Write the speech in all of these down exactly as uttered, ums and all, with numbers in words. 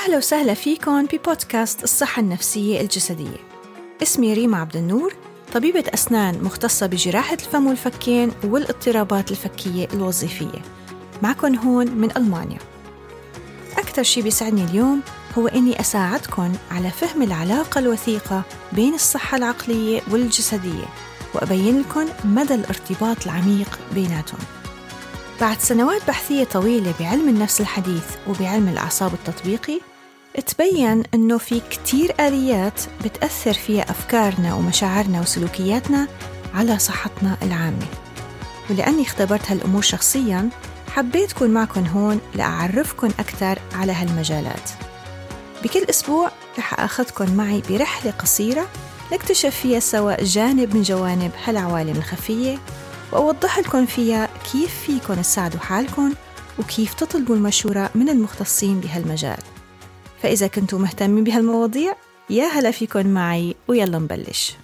أهلا وسهلا فيكم ببودكاست الصحة النفسية الجسدية. اسمي ريما عبد النور، طبيبة أسنان مختصة بجراحة الفم والفكين والاضطرابات الفكية الوظيفية، معكم هون من ألمانيا. أكثر شي بيسعدني اليوم هو إني أساعدكم على فهم العلاقة الوثيقة بين الصحة العقلية والجسدية، وأبين لكم مدى الارتباط العميق بيناتهم. بعد سنوات بحثية طويلة بعلم النفس الحديث وبعلم الأعصاب التطبيقي، تبين أنه في كتير آليات بتأثر فيها أفكارنا ومشاعرنا وسلوكياتنا على صحتنا العامة. ولأني اختبرت هالأمور شخصياً، حبيت أكون معكم هون لأعرفكم أكثر على هالمجالات. بكل أسبوع رح أخذكم معي برحلة قصيرة نكتشف فيها سوا جانب من جوانب هالعوالم الخفية، وأوضح لكم فيها كيف فيكم تساعدوا حالكم وكيف تطلبوا المشورة من المختصين بهالمجال. فإذا كنتوا مهتمين بهالمواضيع، يا هلا فيكم معي ويلا نبلش.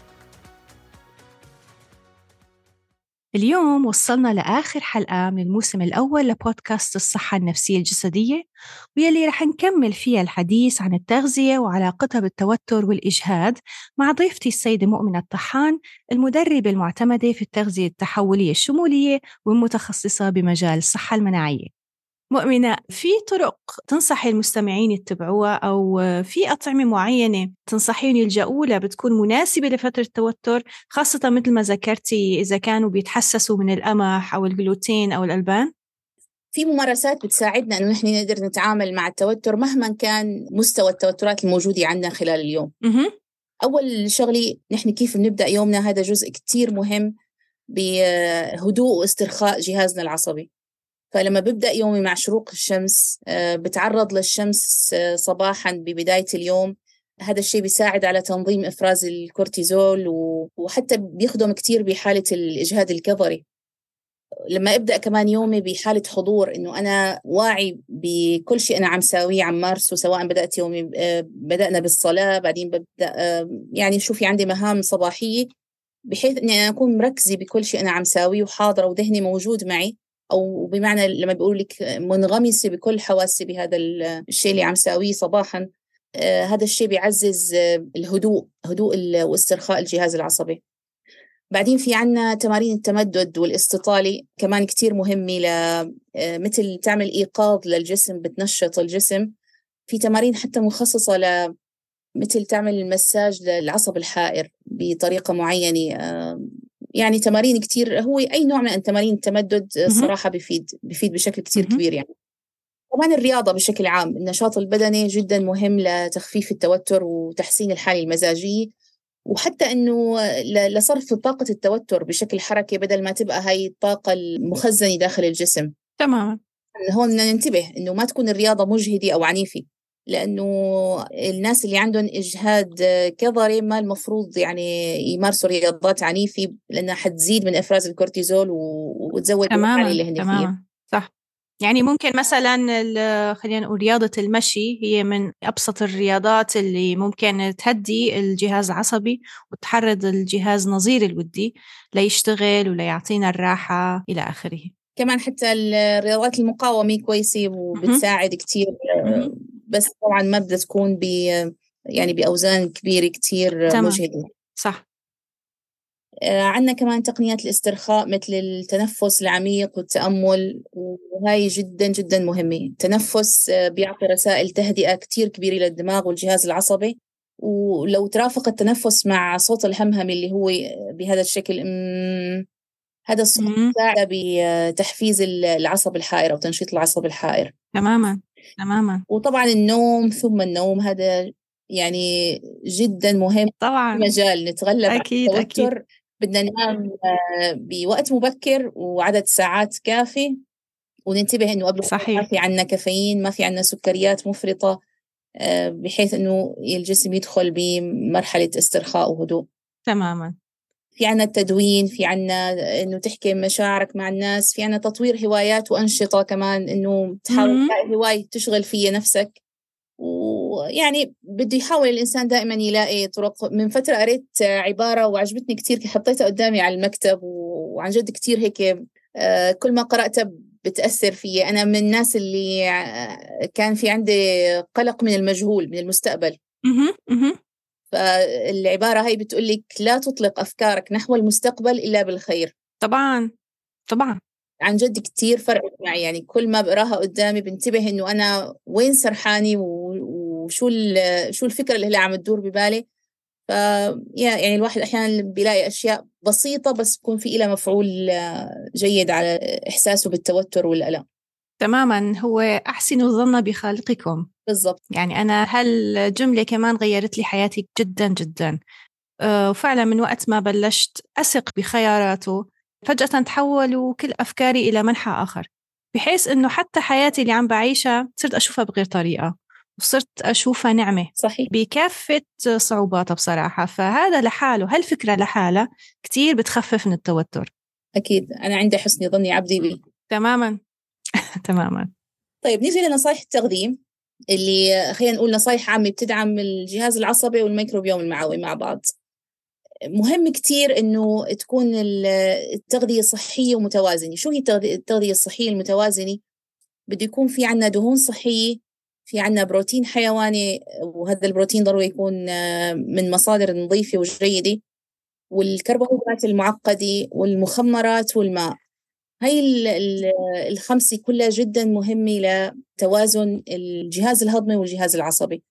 اليوم وصلنا لآخر حلقة من الموسم الأول لبودكاست الصحة النفسية الجسدية، ويلي رح نكمل فيها الحديث عن التغذية وعلاقتها بالتوتر والإجهاد مع ضيفتي السيدة مؤمنة الطحان، المدربة المعتمدة في التغذية التحولية الشمولية والمتخصصة بمجال الصحة المناعية. مؤمنة، في طرق تنصحي المستمعين يتبعوها أو في أطعمة معينة تنصحين يلجأوا لها بتكون مناسبة لفترة التوتر، خاصة مثل ما ذكرتي إذا كانوا بيتحسسوا من القمح أو الجلوتين أو الألبان؟ في ممارسات بتساعدنا إنه نحن نقدر نتعامل مع التوتر مهما كان مستوى التوترات الموجودة عندنا خلال اليوم. م- أول شغلي نحن كيف بنبدأ يومنا، هذا جزء كتير مهم بهدوء واسترخاء جهازنا العصبي. فلما ببدأ يومي مع شروق الشمس، بتعرض للشمس صباحاً ببداية اليوم، هذا الشيء بيساعد على تنظيم إفراز الكورتيزول وحتى بيخدم كتير بحالة الإجهاد الكظري. لما أبدأ كمان يومي بحالة حضور، إنه أنا واعي بكل شيء أنا عم ساويه عم مارسه، سواء بدأت يومي بدأنا بالصلاة، بعدين ببدأ يعني شو في عندي مهام صباحية، بحيث إني أنا أكون مركزة بكل شيء أنا عم ساويه وحاضرة وذهني موجود معي، أو بمعنى لما بيقول لك منغمسة بكل حواسي بهذا الشيء اللي عم ساويه صباحا. آه هذا الشيء بيعزز آه الهدوء هدوء واسترخاء الجهاز العصبي. بعدين في عنا تمارين التمدد والاستطالة كمان كتير مهمة، ل آه مثل تعمل إيقاظ للجسم، بتنشط الجسم. في تمارين حتى مخصصة ل مثل تعمل المساج للعصب الحائر بطريقة معينة. آه يعني تمارين كتير، هو أي نوع من تمارين التمدد الصراحة بيفيد بيفيد بشكل كتير كبير يعني. كمان الرياضة بشكل عام، النشاط البدني جدا مهم لتخفيف التوتر وتحسين الحالة المزاجية، وحتى إنه لصرف طاقة التوتر بشكل حركي بدل ما تبقى هاي الطاقة المخزنة داخل الجسم. تمام. هون بدنا ننتبه إنه ما تكون الرياضة مجهدة أو عنيفة، لأنه الناس اللي عندهم إجهاد كظري ما المفروض يعني يمارسوا رياضات عنيفة، لأنها حتزيد من إفراز الكورتيزول وتزود الحالة اللي هن فيها. تماما صح. يعني ممكن مثلا خلينا نقول رياضة المشي هي من أبسط الرياضات اللي ممكن تهدي الجهاز العصبي وتحرض الجهاز نظير الودي ليشتغل وليعطينا الراحة إلى آخره. كمان حتى الرياضات المقاومة كويسة وبتساعد كتير، بس طبعا ما بدها تكون ب يعني بأوزان كبيرة كتير مجهدة. صح. عندنا كمان تقنيات الاسترخاء مثل التنفس العميق والتأمل، وهاي جدا جدا مهمة. التنفس بيعطي رسائل تهدئة كتير كبيرة للدماغ والجهاز العصبي، ولو ترافق التنفس مع صوت الهمهم اللي هو بهذا الشكل، هذا الصوت يساعد بتحفيز العصب الحائر أو تنشيط العصب الحائر. تماما تماما. وطبعا النوم ثم النوم، هذا يعني جدا مهم طبعا. مجال نتغلب أكيد على التوتر. أكيد. بدنا ننام بوقت مبكر وعدد ساعات كافي، وننتبه إنه قبل ما في عنا كافيين، ما في عنا سكريات مفرطة، بحيث إنه الجسم يدخل بمرحلة استرخاء وهدوء. تماما. في عنا التدوين، في عنا إنه تحكي مشاعرك مع الناس، في عنا تطوير هوايات وأنشطة كمان، إنه تحاول تلاقي هواية تشغل فيها نفسك. ويعني بده يحاول الإنسان دائما يلاقي طرق. من فترة قريت عبارة وعجبتني كتير، حطيتها قدامي على المكتب وعن جد كتير هيك، كل ما قرأتها بتأثر فيه. أنا من الناس اللي كان في عندي قلق من المجهول، من المستقبل. فالعبارة هاي بتقولك لا تطلق أفكارك نحو المستقبل إلا بالخير. طبعا طبعا عن جد كتير فرقت معي، يعني كل ما بقراها قدامي بنتبه إنه أنا وين سرحاني وشو شو الفكرة اللي هي عم تدور ببالي. ف يعني الواحد أحيانا بيلاقي أشياء بسيطة بس يكون في إلها مفعول جيد على إحساسه بالتوتر والقلق. تماما، هو أحسنوا الظن بخالقكم. بالضبط. يعني أنا هالجملة كمان غيرت لي حياتي جدا جدا، وفعلا من وقت ما بلشت أثق بخياراته فجأة تحولوا كل أفكاري إلى منحى آخر، بحيث أنه حتى حياتي اللي عم بعيشها صرت أشوفها بغير طريقة، وصرت أشوفها نعمة. صحيح. بكافة صعوباتها بصراحة. فهذا لحاله، هالفكرة لحالها كتير بتخفف من التوتر. أكيد أنا عندي حسن ظني عبدي بي. تماما تماما. طيب نيجي لنصائح التغذية، اللي خلينا نقول نصائح عامة بتدعم الجهاز العصبي والميكروبيوم المعوي مع بعض. مهم كتير إنه تكون التغذية صحية ومتوازنة. شو هي التغذية الصحية المتوازنة؟ بده يكون في عنا دهون صحية، في عنا بروتين حيواني، وهذا البروتين ضروري يكون من مصادر نظيفة وجيدة، والكربوهيدرات المعقدة والمخمرات والماء. هاي الخمسة كلها جدا مهمة لتوازن الجهاز الهضمي والجهاز العصبي.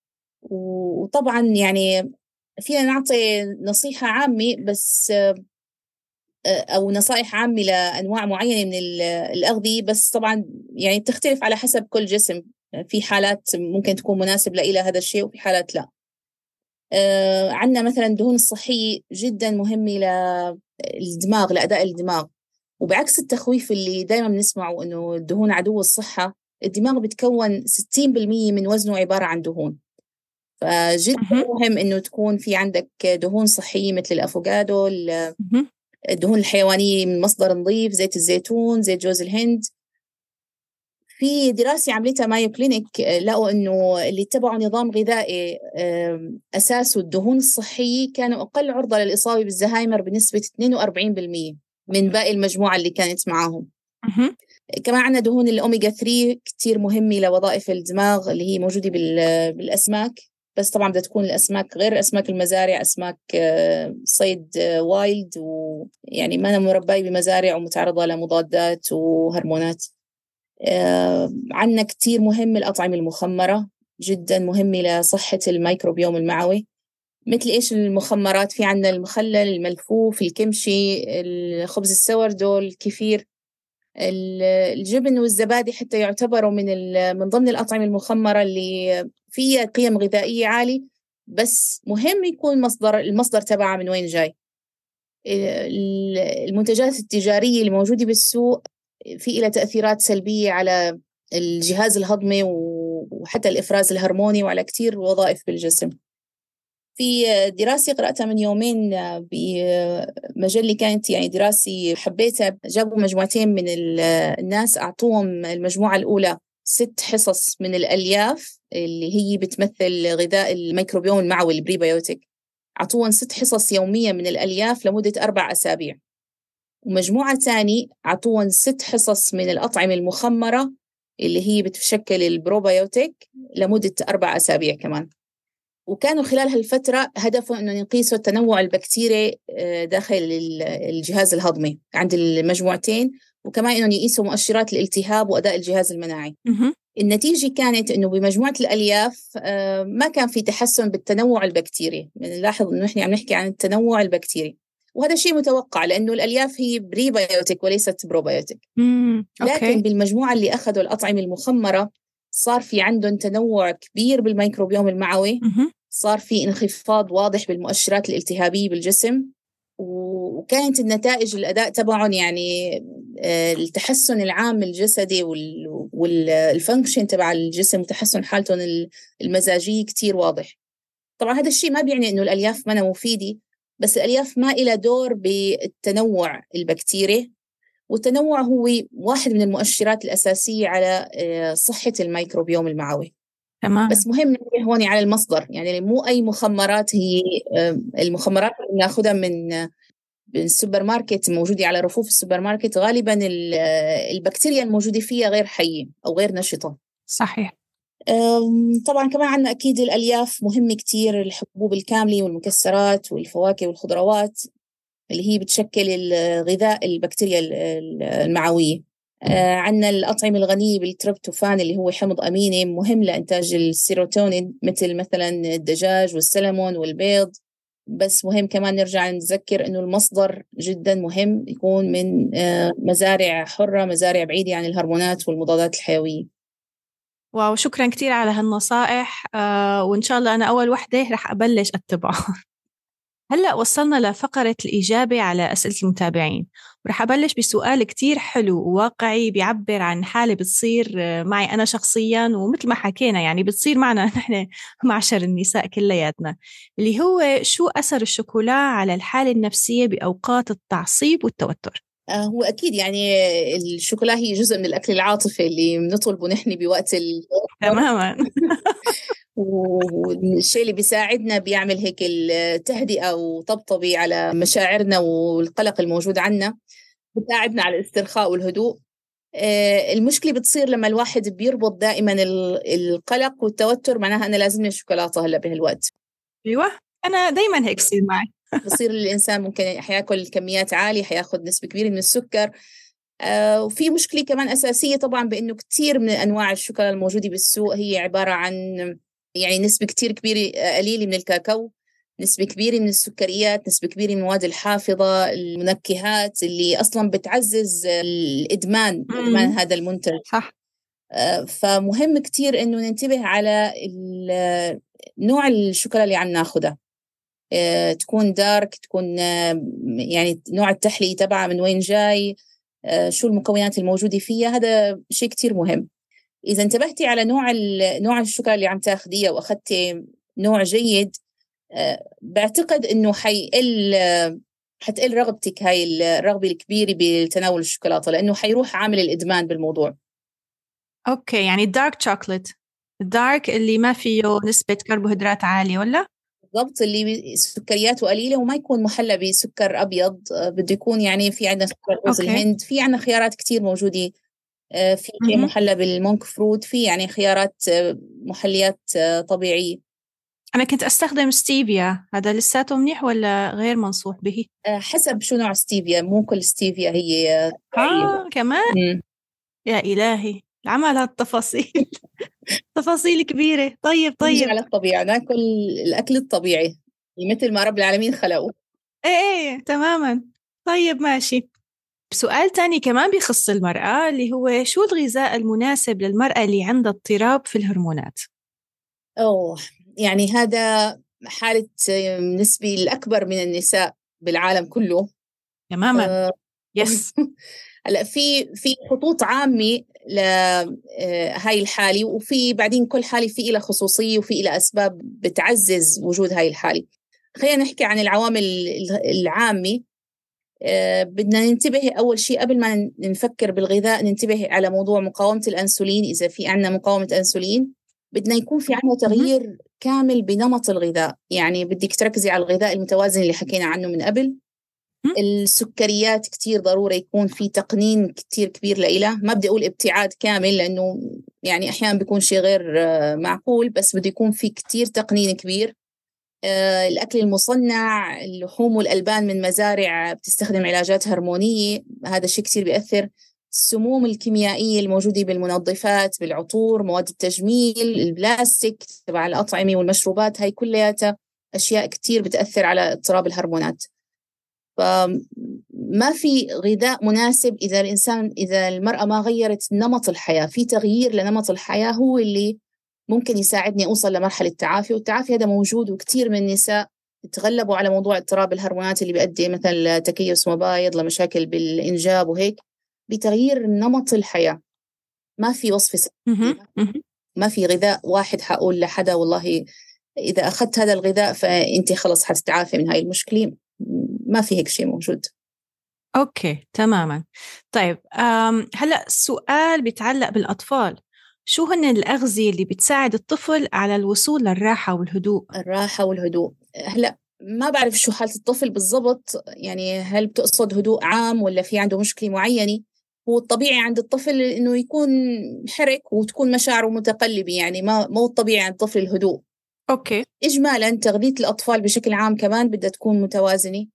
وطبعا يعني فينا نعطي نصيحة عامة بس أو نصائح عامة لأنواع معينة من الأغذية، بس طبعا يعني تختلف على حسب كل جسم. في حالات ممكن تكون مناسب لإلى هذا الشيء وفي حالات لا. عندنا مثلا الدهون الصحية جدا مهمة للدماغ، لأداء الدماغ. وبعكس التخويف اللي دايما بنسمعه إنه الدهون عدو الصحة، الدماغ بتكون ستين بالمية من وزنه عبارة عن دهون. فجدا مهم إنه تكون في عندك دهون صحية مثل الأفوكادو، الدهون الحيوانية من مصدر نظيف، زيت الزيتون، زيت جوز الهند. في دراسة عملتها مايو كلينيك لقوا إنه اللي اتبعوا نظام غذائي أساسه الدهون الصحية كانوا أقل عرضة للإصابة بالزهايمر بنسبة اثنين وأربعين بالمية من باقي المجموعة اللي كانت معاهم. كمان عندنا دهون الأوميجا ثلاثة كتير مهمة لوظائف الدماغ اللي هي موجودة بالأسماك، بس طبعا بدها تكون الأسماك غير أسماك المزارع، أسماك صيد وايلد، ويعني ما أنا مربية بمزارع ومتعرضة لمضادات وهرمونات. عندنا كتير مهم الأطعمة المخمرة، جدا مهمة لصحة الميكروبيوم المعوي. مثل إيش المخمرات؟ في عندنا المخلل، الملفوف، الكمشي، الخبز السوردو، الكفير، الجبن والزبادي حتى يعتبروا من من ضمن الأطعمة المخمرة اللي فيها قيم غذائية عالية، بس مهم يكون مصدر المصدر تبعها من وين جاي. المنتجات التجارية اللي موجودة بالسوق في إلى تأثيرات سلبية على الجهاز الهضمي وحتى الإفراز الهرموني وعلى كتير وظائف بالجسم. في دراسة قرأتها من يومين بمجلة كانت يعني دراسة حبيتها، جابوا مجموعتين من الناس، أعطوهم المجموعة الأولى ست حصص من الألياف اللي هي بتمثل غذاء الميكروبيوم المعوي البريبيوتيك، أعطوهم ست حصص يوميا من الألياف لمدة أربع أسابيع. ومجموعة تاني أعطوهم ست حصص من الأطعمة المخمرة اللي هي بتشكل البروبيوتيك لمدة أربع أسابيع كمان. وكانوا خلال هالفترة هدفهم أنه يقيسوا التنوع البكتيري داخل الجهاز الهضمي عند المجموعتين، وكمان أنه يقيسوا مؤشرات الالتهاب وأداء الجهاز المناعي. النتيجة كانت أنه بمجموعة الألياف ما كان في تحسن بالتنوع البكتيري. نلاحظ أنه إحنا عم نحكي عن التنوع البكتيري، وهذا شيء متوقع لأنه الألياف هي بريبيوتيك وليست بروبيوتيك. لكن بالمجموعة اللي أخذوا الأطعمة المخمرة صار في عندهم تنوع كبير بالميكروبيوم المعوي، صار في انخفاض واضح بالمؤشرات الالتهابية بالجسم، وكانت النتائج الأداء تبعهم يعني التحسن العام الجسدي والفانكشن تبع الجسم وتحسن حالتهم المزاجية كتير واضح. طبعا هذا الشيء ما بيعني إنه الألياف ما مفيدة، بس الألياف ما إلى دور بالتنوع البكتيري، والتنوع هو واحد من المؤشرات الأساسية على صحة الميكروبيوم المعوي. تمام. بس مهم ننتبه هون على المصدر، يعني مو أي مخمرات هي المخمرات اللي ناخدها من بالسوبر ماركت موجودة على رفوف السوبر ماركت غالبا البكتيريا الموجودة فيها غير حية أو غير نشطة. صحيح. طبعا كمان عندنا أكيد الألياف مهمة كتير، الحبوب الكاملة والمكسرات والفواكه والخضروات اللي هي بتشكل الغذاء البكتيريا المعوية. عندنا الأطعمة الغنية بالتريبتوفان اللي هو حمض أميني مهم لإنتاج السيروتونين، مثل مثلا الدجاج والسلمون والبيض. بس مهم كمان نرجع نتذكر إنه المصدر جدا مهم يكون من مزارع حرة، مزارع بعيدة عن الهرمونات والمضادات الحيوية. واو، شكرا كتير على هالنصائح، آه وإن شاء الله أنا أول وحدة رح أبلش أتبعها. هلأ وصلنا لفقرة الإجابة على أسئلة المتابعين، ورح أبلش بسؤال كتير حلو وواقعي بيعبر عن حالة بتصير معي أنا شخصياً، ومثل ما حكينا يعني بتصير معنا نحن معشر النساء كلياتنا، اللي هو شو أثر الشوكولا على الحالة النفسية بأوقات التعصيب والتوتر؟ آه هو أكيد يعني الشوكولا هي جزء من الأكل العاطفي اللي بنطلبه نحن بوقت ال تماماً. والشيء اللي بيساعدنا بيعمل هيك التهدئة وطبطبي على مشاعرنا والقلق الموجود عنا، بتساعدنا على الاسترخاء والهدوء. المشكلة بتصير لما الواحد بيربط دائما القلق والتوتر معناها أنا لازمني الشوكولاتة هلأ بهالوقت. أيوة، أنا دايما هيك يصير معي. بصير الإنسان ممكن حياكل كميات عالية، حياخد نسبة كبيرة من السكر. آه وفي مشكلة كمان أساسية طبعا بأنه كتير من أنواع الشوكولا الموجودة بالسوق هي عبارة عن يعني نسبة كتير كبيرة قليلة من الكاكاو، نسبة كبيرة من السكريات، نسبة كبيرة من المواد الحافظة، المنكهات اللي أصلا بتعزز الإدمان، إدمان هذا المنتج. صح. آه فمهم كتير إنه ننتبه على نوع الشوكولا اللي عم ناخدها، آه تكون دارك، تكون آه يعني نوع التحلية تبعها من وين جاي، آه شو المكونات الموجودة فيها، هذا شيء كتير مهم. إذا انتبهتي على نوع نوع الشوكولا اللي عم تاخديه وأخذتي نوع جيد، أه بعتقد إنه حيقل أه حتقل رغبتك، هاي الرغبة الكبيرة بتناول الشوكولاتة، لأنه حيروح عامل الإدمان بالموضوع. أوكي، يعني دارك شوكولات، الدارك اللي ما فيه نسبة كربوهيدرات عالية ولا؟ بالضبط، اللي سكرياته قليلة وما يكون محلى بسكر أبيض، أه بده يكون يعني في عندنا سكر جوز الهند، في عندنا خيارات كتير موجودة، في محلى بالمونك فروت، في يعني خيارات محليات طبيعية. أنا كنت أستخدم ستيفيا، هذا لساته منيح ولا غير منصوح به؟ حسب شو نوع ستيفيا، مو كل ستيفيا هي آه كمان؟ مم. يا إلهي، العمل هالتفاصيل. تفاصيل كبيرة. طيب طيب نرجع على الطبيعة، ناكل الأكل الطبيعي مثل ما رب العالمين خلقه. إيه إيه تماما. طيب ماشي. سؤال تاني كمان بيخص المرأة، اللي هو شو الغذاء المناسب للمرأة اللي عندها اضطراب في الهرمونات؟ أوه يعني هذا حالة نسبة الأكبر من النساء بالعالم كله. تماما. آه يس. هلا في في خطوط عامة لهاي الحالة، وفي بعدين كل حالة في إلها خصوصية وفي إلها أسباب بتعزز وجود هاي الحالة. خلينا نحكي عن العوامل العامة. أه بدنا ننتبه أول شيء قبل ما نفكر بالغذاء، ننتبه على موضوع مقاومة الأنسولين. إذا في عنا مقاومة أنسولين بدنا يكون في عنا تغيير كامل بنمط الغذاء، يعني بدك تركزي على الغذاء المتوازن اللي حكينا عنه من قبل. السكريات كتير ضروري يكون في تقنين كتير كبير لإله، ما بدي أقول ابتعاد كامل لأنه يعني أحيانا بيكون شيء غير معقول، بس بده يكون في كتير تقنين كبير. الأكل المصنع، اللحوم والألبان من مزارع بتستخدم علاجات هرمونية، هذا الشيء كتير بيأثر. السموم الكيميائية الموجودة بالمنظفات، بالعطور، مواد التجميل، البلاستيك تبع الأطعمة والمشروبات، هاي كلها أشياء كتير بتأثر على اضطراب الهرمونات. فما في غذاء مناسب إذا الإنسان إذا المرأة ما غيرت نمط الحياة. في تغيير لنمط الحياة هو اللي ممكن يساعدني أوصل لمرحلة التعافي، والتعافي هذا موجود، وكتير من النساء تغلبوا على موضوع اضطراب الهرمونات اللي بيؤدي مثلا لتكيس مبايض، لمشاكل بالإنجاب وهيك، بتغيير نمط الحياة. ما في وصفة سحرية، ما في غذاء واحد حقول لحدا والله إذا أخذت هذا الغذاء فأنت خلص حتتعافي من هاي المشكلة. ما في هيك شيء موجود. أوكي تماما. طيب هلأ سؤال بيتعلق بالأطفال، شو هن الأغذية اللي بتساعد الطفل على الوصول للراحة والهدوء؟ الراحة والهدوء، هلأ ما بعرف شو حالة الطفل بالضبط، يعني هل بتقصد هدوء عام ولا في عنده مشكلة معينة؟ هو الطبيعي عند الطفل إنه يكون حرك وتكون مشاعره متقلبة، يعني ما مو الطبيعي عند الطفل الهدوء. أوكي. إجمالا تغذية الأطفال بشكل عام كمان بدها تكون متوازنة.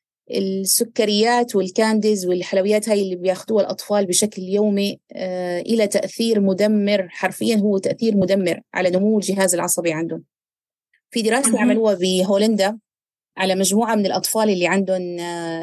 السكريات والكانديز والحلويات هاي اللي بياخدوها الأطفال بشكل يومي آه إلى تأثير مدمر، حرفيا هو تأثير مدمر على نمو الجهاز العصبي عندهم. في دراسة عملوها بهولندا على مجموعة من الأطفال اللي عندهم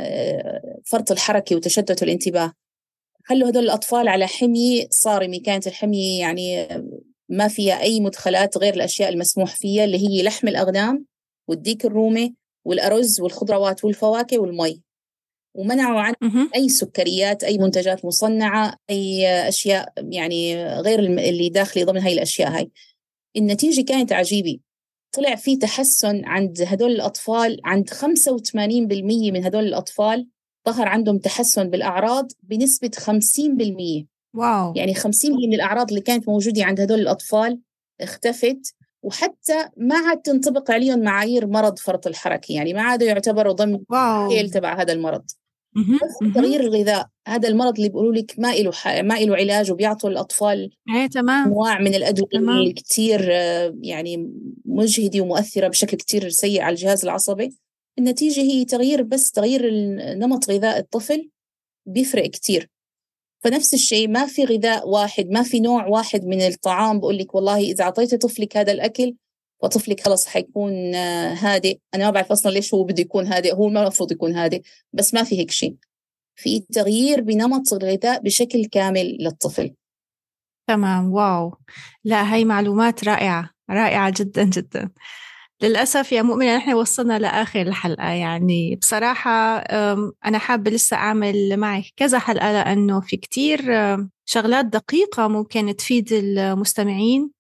آه فرط الحركة وتشتت الانتباه. خلوا هدول الأطفال على حمية صارمة، كانت الحمية يعني ما فيها أي مدخلات غير الأشياء المسموح فيها، اللي هي لحم الأغنام والديك الرومي والأرز والخضروات والفواكه والمي، ومنعوا عن أي سكريات، أي منتجات مصنعة، أي أشياء يعني غير اللي داخلي ضمن هاي الأشياء هاي. النتيجة كانت عجيبة، طلع في تحسن عند هدول الأطفال، عند خمسة وثمانين بالمية من هدول الأطفال ظهر عندهم تحسن بالأعراض بنسبة خمسين بالمية. واو. يعني خمسين بالمية من الأعراض اللي كانت موجودة عند هدول الأطفال اختفت، وحتى ما عاد تنطبق عليهم معايير مرض فرط الحركة، يعني ما عادوا يعتبروا ضمن السكيل تبع هذا المرض. بس تغيير الغذاء، هذا المرض اللي بيقولوا لك ما إله ما إله علاج، وبيعطوا الأطفال ايه تمام أنواع من الأدوية تمام. اللي كتير يعني مجهدة ومؤثرة بشكل كتير سيء على الجهاز العصبي. النتيجة هي تغيير، بس تغيير نمط غذاء الطفل بيفرق كتير. فنفس الشيء، ما في غذاء واحد، ما في نوع واحد من الطعام بقول لك والله إذا أعطيت طفلك هذا الأكل وطفلك خلص حيكون هادئ. أنا ما بعرف أصلا ليش هو بده يكون هادئ، هو ما المفروض يكون هادئ، بس ما في هيك شيء. في تغيير بنمط الغذاء بشكل كامل للطفل. تمام. واو، لا هاي معلومات رائعة رائعة جدا جدا. للأسف يا مؤمنة نحن وصلنا لآخر الحلقة، يعني بصراحة أنا حابة لسه أعمل معك كذا حلقة، لأنه في كتير شغلات دقيقة ممكن تفيد المستمعين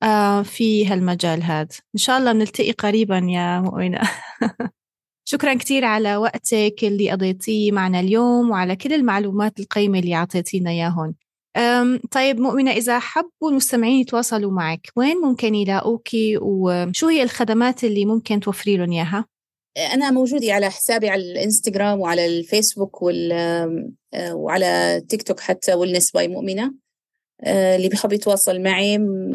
في هالمجال هذا. إن شاء الله نلتقي قريبا يا مؤمنة. شكرا كتير على وقتك اللي قضيتيه معنا اليوم، وعلى كل المعلومات القيمة اللي عطيتينا إياهن. طيب مؤمنة، إذا حبوا المستمعين يتواصلوا معك وين ممكن يلاقوكي، وشو هي الخدمات اللي ممكن توفري لهم إياها؟ أنا موجودة على حسابي على الإنستغرام وعلى الفيسبوك وال وعلى تيك توك حتى، والنس باي مؤمنة. اللي بيحب يتواصل معي،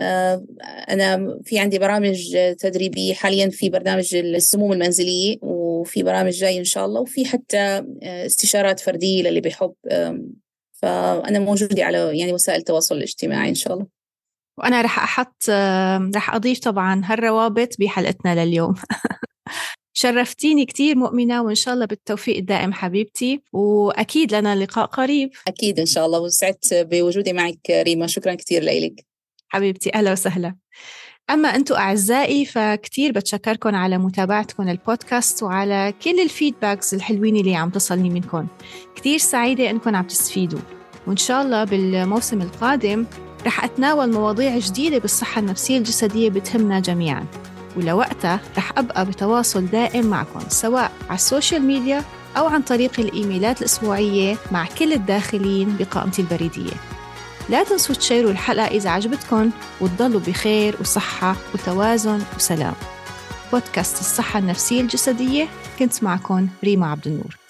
أنا في عندي برامج تدريبية حاليا، في برنامج السموم المنزلية، وفي برامج جاي إن شاء الله، وفي حتى استشارات فردية للي بيحب. فأنا موجودة على يعني وسائل التواصل الاجتماعي إن شاء الله. وأنا رح أحط رح أضيف طبعا هالروابط بحلقتنا لليوم. شرفتيني كتير مؤمنة، وإن شاء الله بالتوفيق الدائم حبيبتي، وأكيد لنا لقاء قريب. أكيد إن شاء الله، وسعدت بوجودي معك ريما، شكرا كتير لك حبيبتي. أهلا وسهلا. أما أنتوا أعزائي فكتير بتشكركم على متابعتكم البودكاست، وعلى كل الفيدباكس الحلوين اللي عم تصلني منكم. كتير سعيدة أنكم عم تستفيدوا، وإن شاء الله بالموسم القادم رح أتناول مواضيع جديدة بالصحة النفسية الجسدية بتهمنا جميعاً، ولوقتها رح أبقى بتواصل دائم معكم، سواء على السوشيال ميديا أو عن طريق الإيميلات الأسبوعية مع كل الداخلين بقائمتي البريدية. لا تنسوا تشيروا الحلقة إذا عجبتكم، وتضلوا بخير وصحة وتوازن وسلام. بودكاست الصحة النفسية الجسدية، كنت معكم ريما عبد النور.